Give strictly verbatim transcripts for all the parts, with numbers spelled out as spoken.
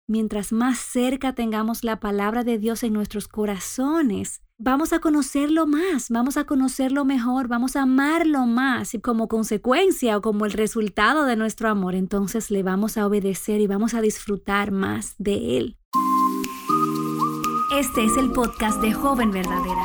mientras más cerca tengamos la palabra de Dios en nuestros corazones, vamos a conocerlo más, vamos a conocerlo mejor, vamos a amarlo más y como consecuencia o como el resultado de nuestro amor, entonces le vamos a obedecer y vamos a disfrutar más de Él. Este es el podcast de Joven Verdadera.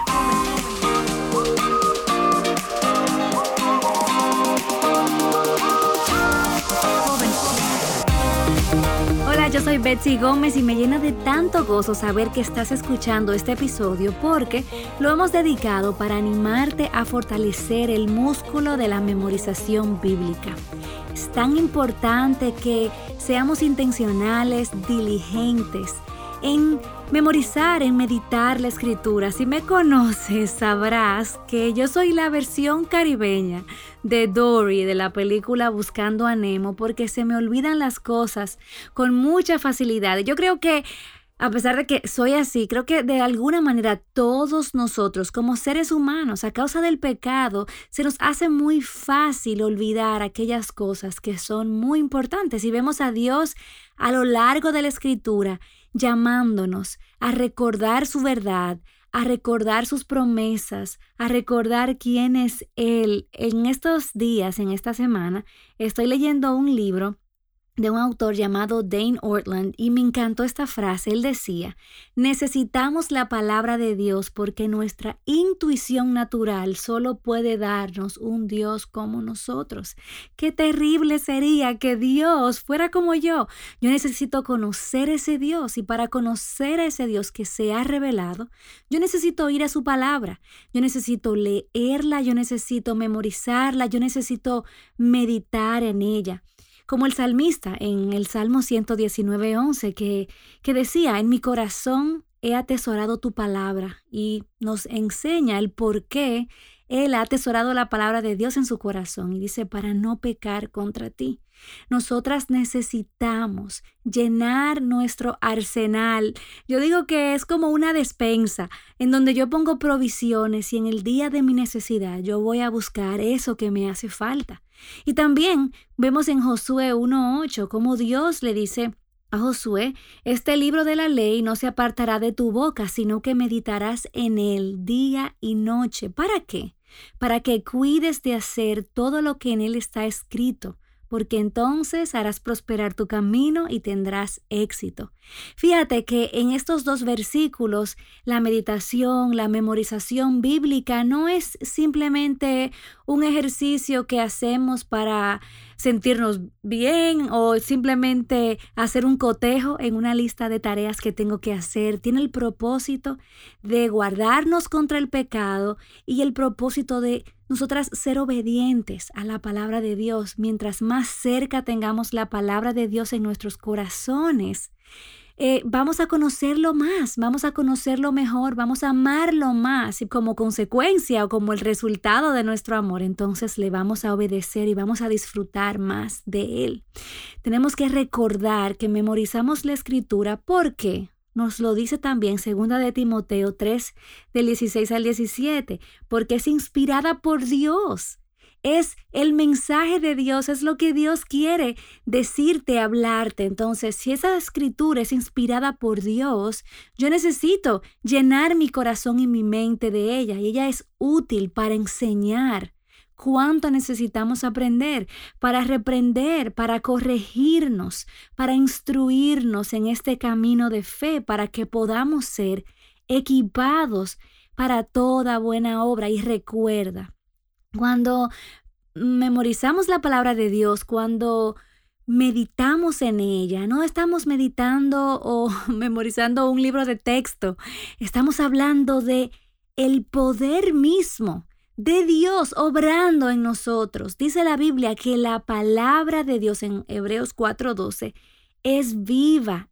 Hola, yo soy Betsy Gómez y me llena de tanto gozo saber que estás escuchando este episodio porque lo hemos dedicado para animarte a fortalecer el músculo de la memorización bíblica. Es tan importante que seamos intencionales, diligentes en memorizar, en meditar la escritura. Si me conoces, sabrás que yo soy la versión caribeña de Dory de la película Buscando a Nemo porque se me olvidan las cosas con mucha facilidad. Yo creo que, a pesar de que soy así, creo que de alguna manera todos nosotros como seres humanos, a causa del pecado, se nos hace muy fácil olvidar aquellas cosas que son muy importantes. Y vemos a Dios a lo largo de la escritura llamándonos a recordar su verdad, a recordar sus promesas, a recordar quién es Él. En estos días, en esta semana, estoy leyendo un libro de un autor llamado Dane Ortland y me encantó esta frase. Él decía: necesitamos la palabra de Dios porque nuestra intuición natural solo puede darnos un Dios como nosotros. Qué terrible sería que Dios fuera como yo. Yo necesito conocer ese Dios y para conocer a ese Dios que se ha revelado, yo necesito ir a su palabra, yo necesito leerla, yo necesito memorizarla, yo necesito meditar en ella. Como el salmista en el Salmo ciento diecinueve, once, que, que decía: en mi corazón he atesorado tu palabra, y nos enseña el por qué él ha atesorado la palabra de Dios en su corazón. Y dice: para no pecar contra ti. Nosotras necesitamos llenar nuestro arsenal. Yo digo que es como una despensa en donde yo pongo provisiones y en el día de mi necesidad yo voy a buscar eso que me hace falta. Y también vemos en Josué uno ocho cómo Dios le dice a Josué: este libro de la ley no se apartará de tu boca, sino que meditarás en él día y noche. ¿Para qué? Para que cuides de hacer todo lo que en él está escrito, porque entonces harás prosperar tu camino y tendrás éxito. Fíjate que en estos dos versículos, la meditación, la memorización bíblica no es simplemente un ejercicio que hacemos para sentirnos bien o simplemente hacer un cotejo en una lista de tareas que tengo que hacer. Tiene el propósito de guardarnos contra el pecado y el propósito de nosotras ser obedientes a la palabra de Dios. Mientras más cerca tengamos la palabra de Dios en nuestros corazones, eh, vamos a conocerlo más, vamos a conocerlo mejor, vamos a amarlo más y como consecuencia o como el resultado de nuestro amor, entonces le vamos a obedecer y vamos a disfrutar más de Él. Tenemos que recordar que memorizamos la escritura porque nos lo dice también segunda de Timoteo tres, del dieciséis al diecisiete, porque es inspirada por Dios. Es el mensaje de Dios, es lo que Dios quiere decirte, hablarte. Entonces, si esa escritura es inspirada por Dios, yo necesito llenar mi corazón y mi mente de ella. Y ella es útil para enseñar. ¿Cuánto necesitamos aprender? Para reprender, para corregirnos, para instruirnos en este camino de fe, para que podamos ser equipados para toda buena obra. Y recuerda, cuando memorizamos la palabra de Dios, cuando meditamos en ella, no estamos meditando o memorizando un libro de texto, estamos hablando de el poder mismo de Dios obrando en nosotros. Dice la Biblia que la palabra de Dios en Hebreos cuatro doce es viva,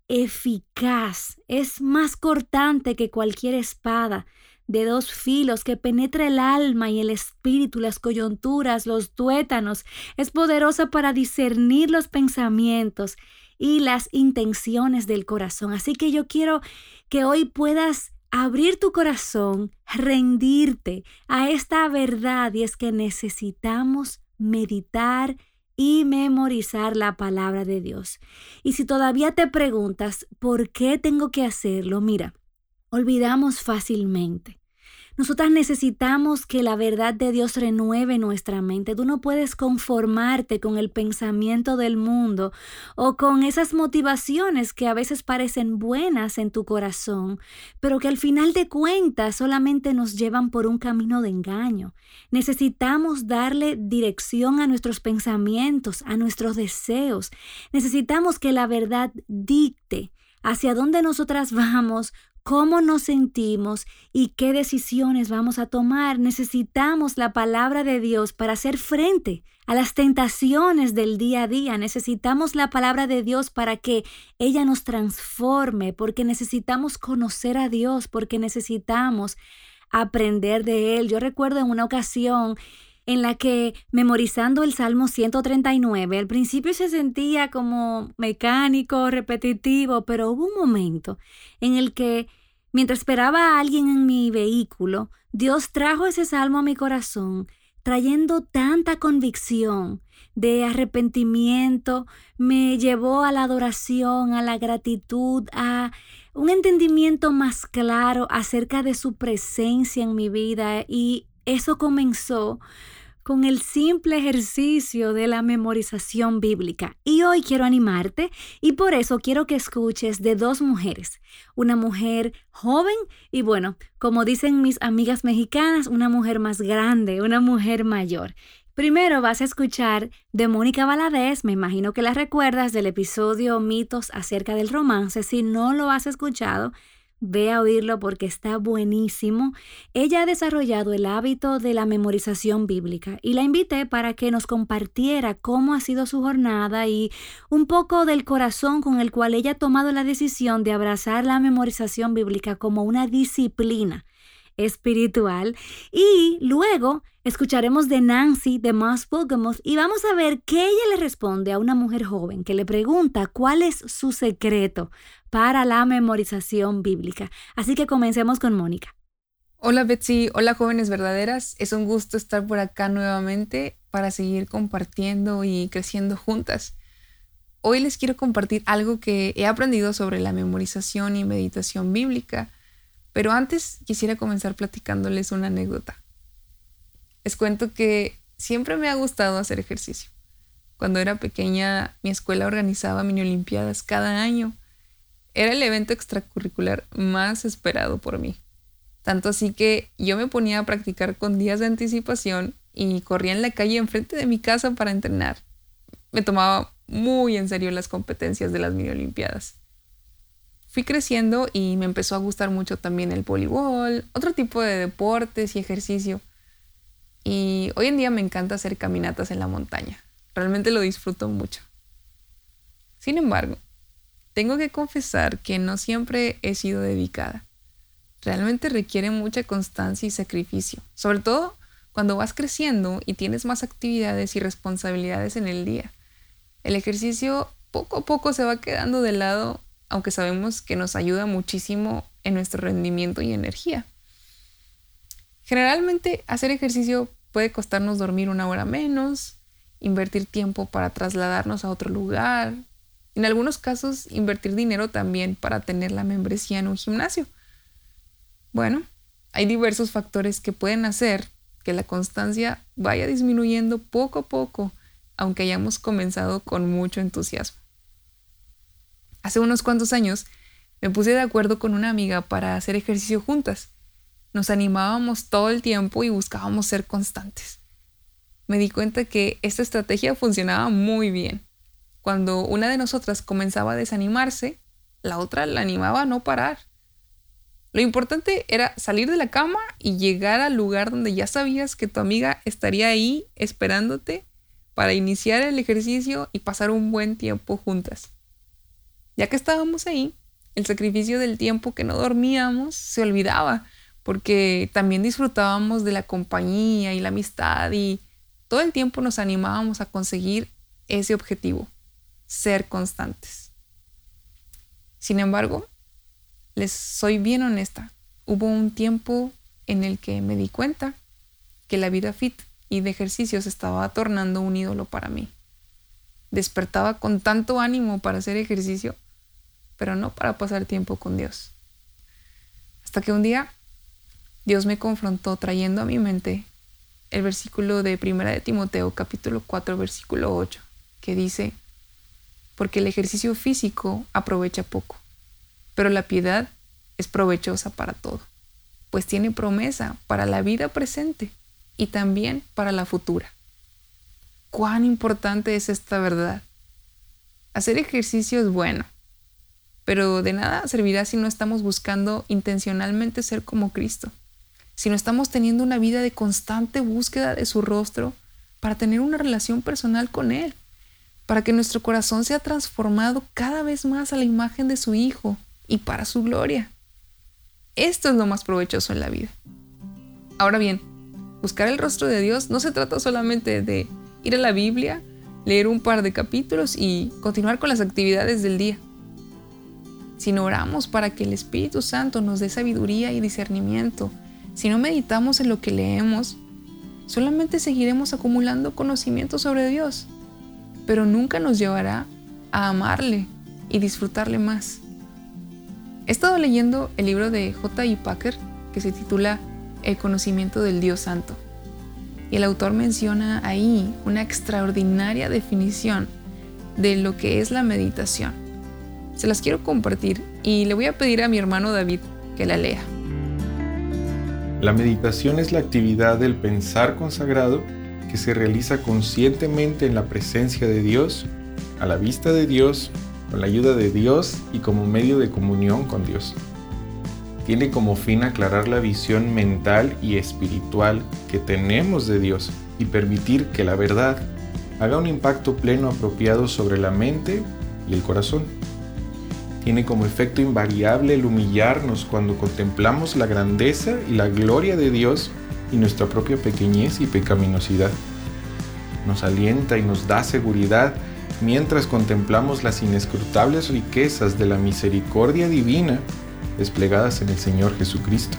eficaz, es más cortante que cualquier espada de dos filos que penetra el alma y el espíritu, las coyunturas, los tuétanos. Es poderosa para discernir los pensamientos y las intenciones del corazón. Así que yo quiero que hoy puedas abrir tu corazón, rendirte a esta verdad, y es que necesitamos meditar y memorizar la palabra de Dios. Y si todavía te preguntas por qué tengo que hacerlo, mira, olvidamos fácilmente. Nosotras necesitamos que la verdad de Dios renueve nuestra mente. Tú no puedes conformarte con el pensamiento del mundo o con esas motivaciones que a veces parecen buenas en tu corazón, pero que al final de cuentas solamente nos llevan por un camino de engaño. Necesitamos darle dirección a nuestros pensamientos, a nuestros deseos. Necesitamos que la verdad dicte hacia dónde nosotras vamos, cómo nos sentimos y qué decisiones vamos a tomar. Necesitamos la palabra de Dios para hacer frente a las tentaciones del día a día. Necesitamos la palabra de Dios para que ella nos transforme, porque necesitamos conocer a Dios, porque necesitamos aprender de Él. Yo recuerdo en una ocasión en la que memorizando el Salmo ciento treinta y nueve, al principio se sentía como mecánico, repetitivo, pero hubo un momento en el que mientras esperaba a alguien en mi vehículo, Dios trajo ese salmo a mi corazón, trayendo tanta convicción de arrepentimiento, me llevó a la adoración, a la gratitud, a un entendimiento más claro acerca de su presencia en mi vida, y eso comenzó con el simple ejercicio de la memorización bíblica. Y hoy quiero animarte y por eso quiero que escuches de dos mujeres. Una mujer joven y, bueno, como dicen mis amigas mexicanas, una mujer más grande, una mujer mayor. Primero vas a escuchar de Mónica Valadez, me imagino que la recuerdas del episodio Mitos acerca del romance. Si no lo has escuchado, ve a oírlo porque está buenísimo. Ella ha desarrollado el hábito de la memorización bíblica y la invité para que nos compartiera cómo ha sido su jornada y un poco del corazón con el cual ella ha tomado la decisión de abrazar la memorización bíblica como una disciplina espiritual. Y luego escucharemos de Nancy de Moss Bournemouth y vamos a ver qué ella le responde a una mujer joven que le pregunta cuál es su secreto para la memorización bíblica. Así que comencemos con Mónica. Hola Betsy, hola jóvenes verdaderas. Es un gusto estar por acá nuevamente para seguir compartiendo y creciendo juntas. Hoy les quiero compartir algo que he aprendido sobre la memorización y meditación bíblica. Pero antes quisiera comenzar platicándoles una anécdota. Les cuento que siempre me ha gustado hacer ejercicio. Cuando era pequeña, mi escuela organizaba mini olimpiadas cada año. Era el evento extracurricular más esperado por mí. Tanto así que yo me ponía a practicar con días de anticipación y corría en la calle enfrente de mi casa para entrenar. Me tomaba muy en serio las competencias de las mini olimpiadas. Fui creciendo y me empezó a gustar mucho también el voleibol, otro tipo de deportes y ejercicio. Y hoy en día me encanta hacer caminatas en la montaña. Realmente lo disfruto mucho. Sin embargo, tengo que confesar que no siempre he sido dedicada. Realmente requiere mucha constancia y sacrificio, sobre todo cuando vas creciendo y tienes más actividades y responsabilidades en el día. El ejercicio poco a poco se va quedando de lado, aunque sabemos que nos ayuda muchísimo en nuestro rendimiento y energía. Generalmente hacer ejercicio puede costarnos dormir una hora menos, invertir tiempo para trasladarnos a otro lugar, en algunos casos invertir dinero también para tener la membresía en un gimnasio. Bueno, hay diversos factores que pueden hacer que la constancia vaya disminuyendo poco a poco, aunque hayamos comenzado con mucho entusiasmo. Hace unos cuantos años me puse de acuerdo con una amiga para hacer ejercicio juntas. Nos animábamos todo el tiempo y buscábamos ser constantes. Me di cuenta que esta estrategia funcionaba muy bien. Cuando una de nosotras comenzaba a desanimarse, la otra la animaba a no parar. Lo importante era salir de la cama y llegar al lugar donde ya sabías que tu amiga estaría ahí esperándote para iniciar el ejercicio y pasar un buen tiempo juntas. Ya que estábamos ahí, el sacrificio del tiempo que no dormíamos se olvidaba, porque también disfrutábamos de la compañía y la amistad y todo el tiempo nos animábamos a conseguir ese objetivo, ser constantes. Sin embargo, les soy bien honesta, hubo un tiempo en el que me di cuenta que la vida fit y de ejercicios estaba tornando un ídolo para mí. despertaba con tanto ánimo para hacer ejercicio, pero no para pasar tiempo con Dios. Hasta que un día Dios me confrontó trayendo a mi mente el versículo de Primera de Timoteo, capítulo cuatro, versículo ocho, que dice: porque el ejercicio físico aprovecha poco, pero la piedad es provechosa para todo, pues tiene promesa para la vida presente y también para la futura. ¿Cuán importante es esta verdad? Hacer ejercicio es bueno, pero de nada servirá si no estamos buscando intencionalmente ser como Cristo, si no estamos teniendo una vida de constante búsqueda de su rostro para tener una relación personal con Él, para que nuestro corazón sea transformado cada vez más a la imagen de su Hijo y para su gloria. Esto es lo más provechoso en la vida. Ahora bien, buscar el rostro de Dios no se trata solamente de ir a la Biblia, leer un par de capítulos y continuar con las actividades del día. Si no oramos para que el Espíritu Santo nos dé sabiduría y discernimiento, si no meditamos en lo que leemos, solamente seguiremos acumulando conocimiento sobre Dios, pero nunca nos llevará a amarle y disfrutarle más. He estado leyendo el libro de J I Packer que se titula El conocimiento del Dios Santo. Y el autor menciona ahí una extraordinaria definición de lo que es la meditación. Se las quiero compartir y le voy a pedir a mi hermano David que la lea. La meditación es la actividad del pensar consagrado que se realiza conscientemente en la presencia de Dios, a la vista de Dios, con la ayuda de Dios y como medio de comunión con Dios. Tiene como fin aclarar la visión mental y espiritual que tenemos de Dios y permitir que la verdad haga un impacto pleno apropiado sobre la mente y el corazón. Tiene como efecto invariable el humillarnos cuando contemplamos la grandeza y la gloria de Dios y nuestra propia pequeñez y pecaminosidad. Nos alienta y nos da seguridad mientras contemplamos las inescrutables riquezas de la misericordia divina desplegadas en el Señor Jesucristo.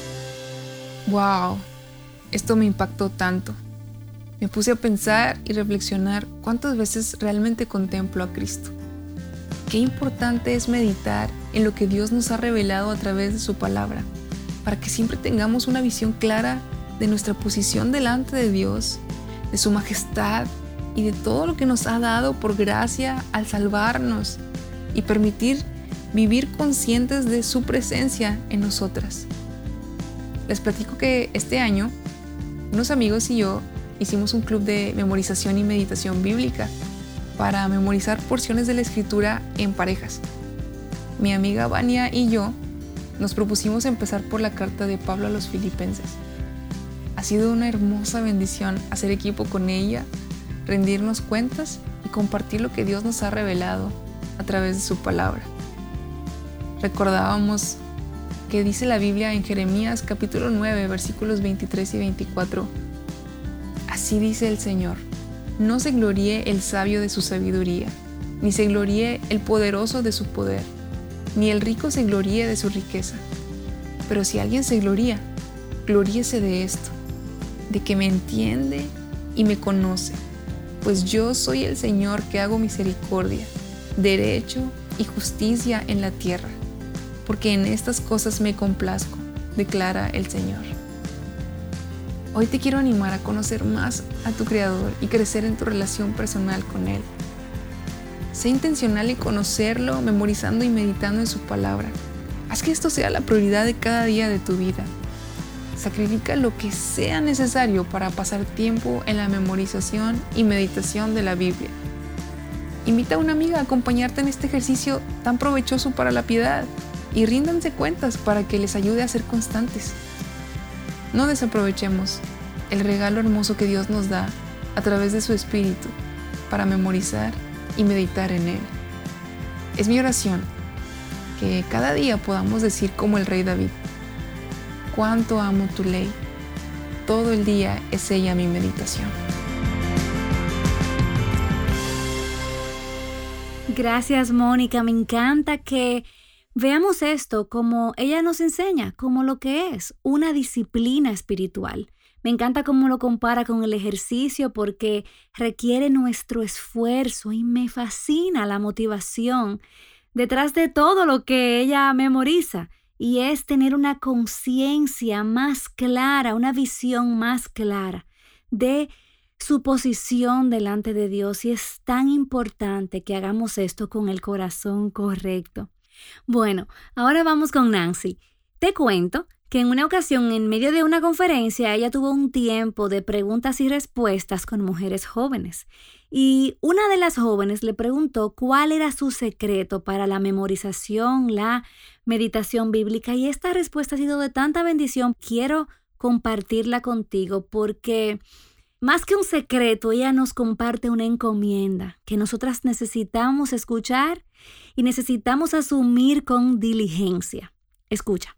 ¡Wow! Esto me impactó tanto. Me puse a pensar y reflexionar cuántas veces realmente contemplo a Cristo. Qué importante es meditar en lo que Dios nos ha revelado a través de su palabra, para que siempre tengamos una visión clara de nuestra posición delante de Dios, de su majestad y de todo lo que nos ha dado por gracia al salvarnos y permitir vivir conscientes de su presencia en nosotras. Les platico que este año unos amigos y yo hicimos un club de memorización y meditación bíblica para memorizar porciones de la Escritura en parejas. Mi amiga Vania y yo nos propusimos empezar por la carta de Pablo a los Filipenses. Ha sido una hermosa bendición hacer equipo con ella, rendirnos cuentas y compartir lo que Dios nos ha revelado a través de su palabra. Recordábamos que dice la Biblia en Jeremías capítulo nueve, versículos veintitrés y veinticuatro. Así dice el Señor: no se gloríe el sabio de su sabiduría, ni se gloríe el poderoso de su poder, ni el rico se gloríe de su riqueza. Pero si alguien se gloría, gloríese de esto, de que me entiende y me conoce, pues yo soy el Señor que hago misericordia, derecho y justicia en la tierra, porque en estas cosas me complazco, declara el Señor. Hoy te quiero animar a conocer más a tu Creador y crecer en tu relación personal con Él. Sé intencional en conocerlo, memorizando y meditando en su palabra. Haz que esto sea la prioridad de cada día de tu vida. Sacrifica lo que sea necesario para pasar tiempo en la memorización y meditación de la Biblia. Invita a una amiga a acompañarte en este ejercicio tan provechoso para la piedad y ríndanse cuentas para que les ayude a ser constantes. No desaprovechemos el regalo hermoso que Dios nos da a través de su Espíritu para memorizar y meditar en Él. Es mi oración que cada día podamos decir como el rey David: cuánto amo tu ley, todo el día es ella mi meditación. Gracias, Mónica. Me encanta que veamos esto como ella nos enseña, como lo que es una disciplina espiritual. Me encanta cómo lo compara con el ejercicio porque requiere nuestro esfuerzo y me fascina la motivación detrás de todo lo que ella memoriza. Y es tener una conciencia más clara, una visión más clara de su posición delante de Dios. Y es tan importante que hagamos esto con el corazón correcto. Bueno, ahora vamos con Nancy. Te cuento que en una ocasión, en medio de una conferencia, ella tuvo un tiempo de preguntas y respuestas con mujeres jóvenes. Y una de las jóvenes le preguntó cuál era su secreto para la memorización, la meditación bíblica. Y esta respuesta ha sido de tanta bendición. Quiero compartirla contigo porque más que un secreto, ella nos comparte una encomienda que nosotras necesitamos escuchar y necesitamos asumir con diligencia. Escucha.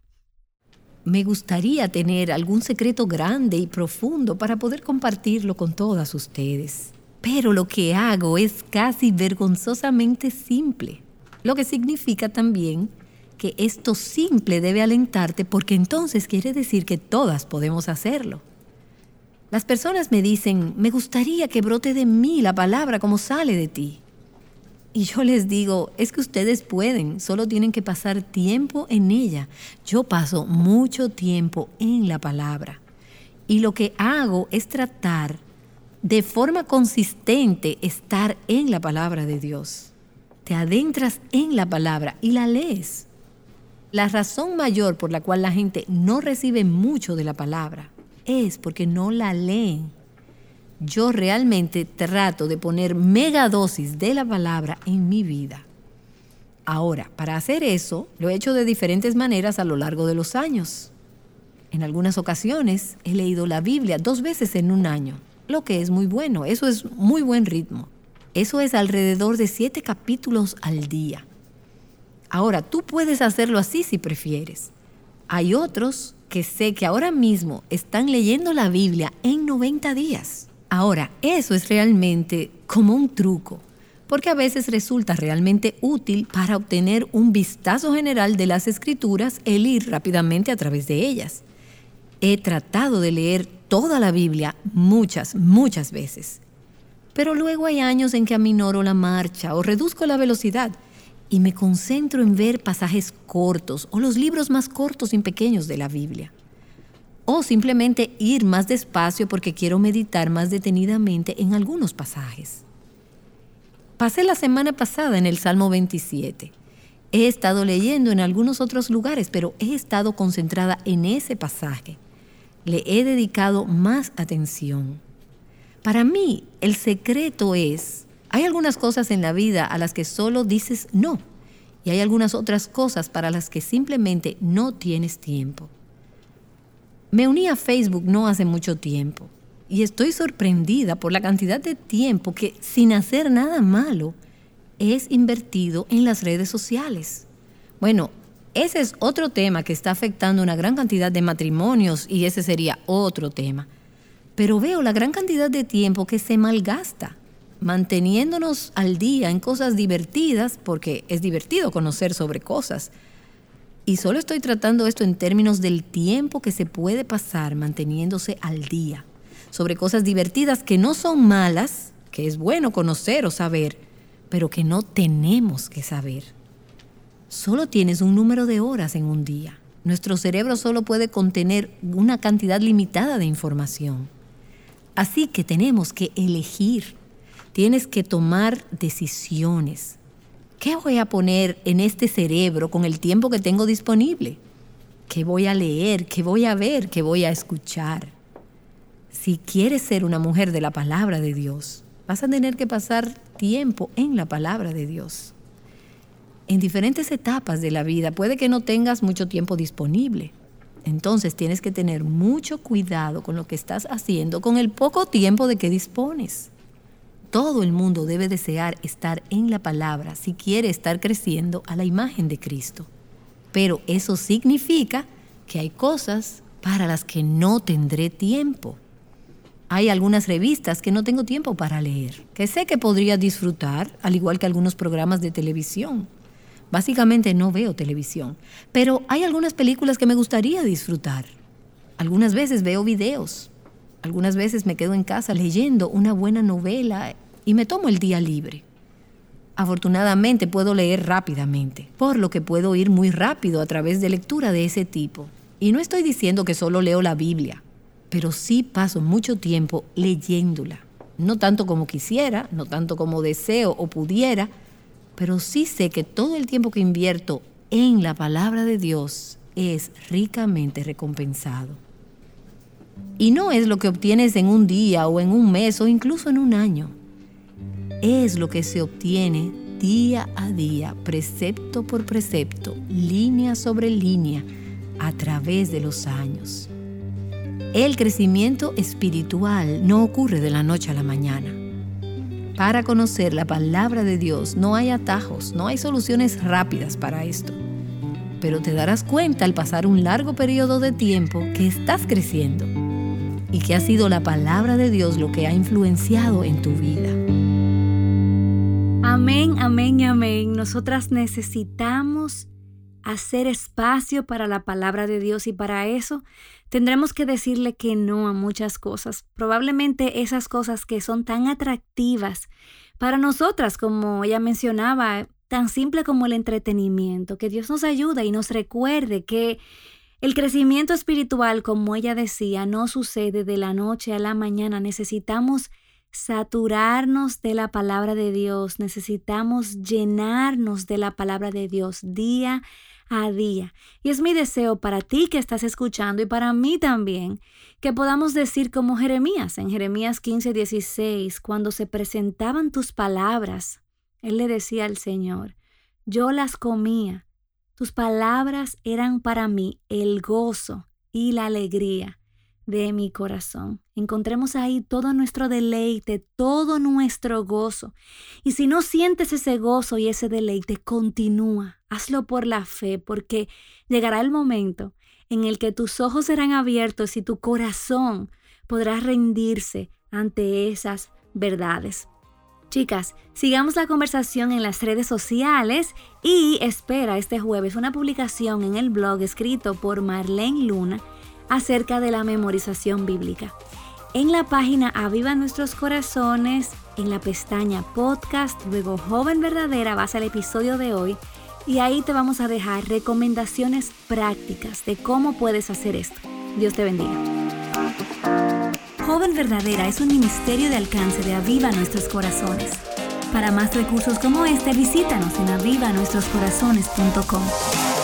Me gustaría tener algún secreto grande y profundo para poder compartirlo con todas ustedes. Pero lo que hago es casi vergonzosamente simple. Lo que significa también que esto simple debe alentarte porque entonces quiere decir que todas podemos hacerlo. Las personas me dicen, me gustaría que brote de mí la palabra como sale de ti. Y yo les digo, es que ustedes pueden, solo tienen que pasar tiempo en ella. Yo paso mucho tiempo en la palabra. Y lo que hago es tratar de forma consistente estar en la palabra de Dios. Te adentras en la palabra y la lees. La razón mayor por la cual la gente no recibe mucho de la palabra es porque no la leen. Yo realmente trato de poner megadosis de la palabra en mi vida. Ahora, para hacer eso, lo he hecho de diferentes maneras a lo largo de los años. En algunas ocasiones he leído la Biblia dos veces en un año, lo que es muy bueno. Eso es muy buen ritmo. Eso es alrededor de siete capítulos al día. Ahora, tú puedes hacerlo así si prefieres. Hay otros que sé que ahora mismo están leyendo la Biblia en noventa días. Ahora, eso es realmente como un truco, porque a veces resulta realmente útil para obtener un vistazo general de las Escrituras, el ir rápidamente a través de ellas. He tratado de leer toda la Biblia muchas, muchas veces, pero luego hay años en que aminoro la marcha o reduzco la velocidad y me concentro en ver pasajes cortos o los libros más cortos y pequeños de la Biblia. O simplemente ir más despacio porque quiero meditar más detenidamente en algunos pasajes. Pasé la semana pasada en el Salmo veintisiete. He estado leyendo en algunos otros lugares, pero he estado concentrada en ese pasaje. Le he dedicado más atención. Para mí, el secreto es, hay algunas cosas en la vida a las que solo dices no, y hay algunas otras cosas para las que simplemente no tienes tiempo. Me uní a Facebook no hace mucho tiempo y estoy sorprendida por la cantidad de tiempo que, sin hacer nada malo, es invertido en las redes sociales. Bueno, ese es otro tema que está afectando una gran cantidad de matrimonios y ese sería otro tema. Pero veo la gran cantidad de tiempo que se malgasta manteniéndonos al día en cosas divertidas, porque es divertido conocer sobre cosas. Y solo estoy tratando esto en términos del tiempo que se puede pasar manteniéndose al día, sobre cosas divertidas que no son malas, que es bueno conocer o saber, pero que no tenemos que saber. Solo tienes un número de horas en un día. Nuestro cerebro solo puede contener una cantidad limitada de información. Así que tenemos que elegir. Tienes que tomar decisiones. ¿Qué voy a poner en este cerebro con el tiempo que tengo disponible? ¿Qué voy a leer? ¿Qué voy a ver? ¿Qué voy a escuchar? Si quieres ser una mujer de la palabra de Dios, vas a tener que pasar tiempo en la palabra de Dios. En diferentes etapas de la vida puede que no tengas mucho tiempo disponible. Entonces tienes que tener mucho cuidado con lo que estás haciendo con el poco tiempo de que dispones. Todo el mundo debe desear estar en la palabra si quiere estar creciendo a la imagen de Cristo. Pero eso significa que hay cosas para las que no tendré tiempo. Hay algunas revistas que no tengo tiempo para leer, que sé que podría disfrutar, al igual que algunos programas de televisión. Básicamente no veo televisión, pero hay algunas películas que me gustaría disfrutar. Algunas veces veo videos. Algunas veces me quedo en casa leyendo una buena novela y me tomo el día libre. Afortunadamente puedo leer rápidamente, por lo que puedo ir muy rápido a través de lectura de ese tipo. Y no estoy diciendo que solo leo la Biblia, pero sí paso mucho tiempo leyéndola. No tanto como quisiera, no tanto como deseo o pudiera, pero sí sé que todo el tiempo que invierto en la palabra de Dios es ricamente recompensado. Y no es lo que obtienes en un día o en un mes o incluso en un año. Es lo que se obtiene día a día, precepto por precepto, línea sobre línea, a través de los años. El crecimiento espiritual no ocurre de la noche a la mañana. Para conocer la palabra de Dios no hay atajos, no hay soluciones rápidas para esto. Pero te darás cuenta al pasar un largo periodo de tiempo que estás creciendo y que ha sido la palabra de Dios lo que ha influenciado en tu vida. Amén, amén y amén. Nosotras necesitamos hacer espacio para la palabra de Dios y para eso tendremos que decirle que no a muchas cosas. Probablemente esas cosas que son tan atractivas para nosotras, como ella mencionaba, tan simple como el entretenimiento. Que Dios nos ayude y nos recuerde que el crecimiento espiritual, como ella decía, no sucede de la noche a la mañana. Necesitamos saturarnos de la palabra de Dios. Necesitamos llenarnos de la palabra de Dios día a día. Y es mi deseo para ti que estás escuchando y para mí también, que podamos decir como Jeremías, en Jeremías quince dieciséis, cuando se presentaban tus palabras, él le decía al Señor, yo las comía. Tus palabras eran para mí el gozo y la alegría de mi corazón. Encontremos ahí todo nuestro deleite, todo nuestro gozo. Y si no sientes ese gozo y ese deleite, continúa. Hazlo por la fe, porque llegará el momento en el que tus ojos serán abiertos y tu corazón podrá rendirse ante esas verdades. Chicas, sigamos la conversación en las redes sociales y espera este jueves una publicación en el blog escrito por Marlene Luna acerca de la memorización bíblica. En la página Aviva Nuestros Corazones, en la pestaña Podcast, luego Joven Verdadera, vas al episodio de hoy y ahí te vamos a dejar recomendaciones prácticas de cómo puedes hacer esto. Dios te bendiga. Joven Verdadera es un ministerio de alcance de Aviva Nuestros Corazones. Para más recursos como este, visítanos en aviva nuestros corazones punto com.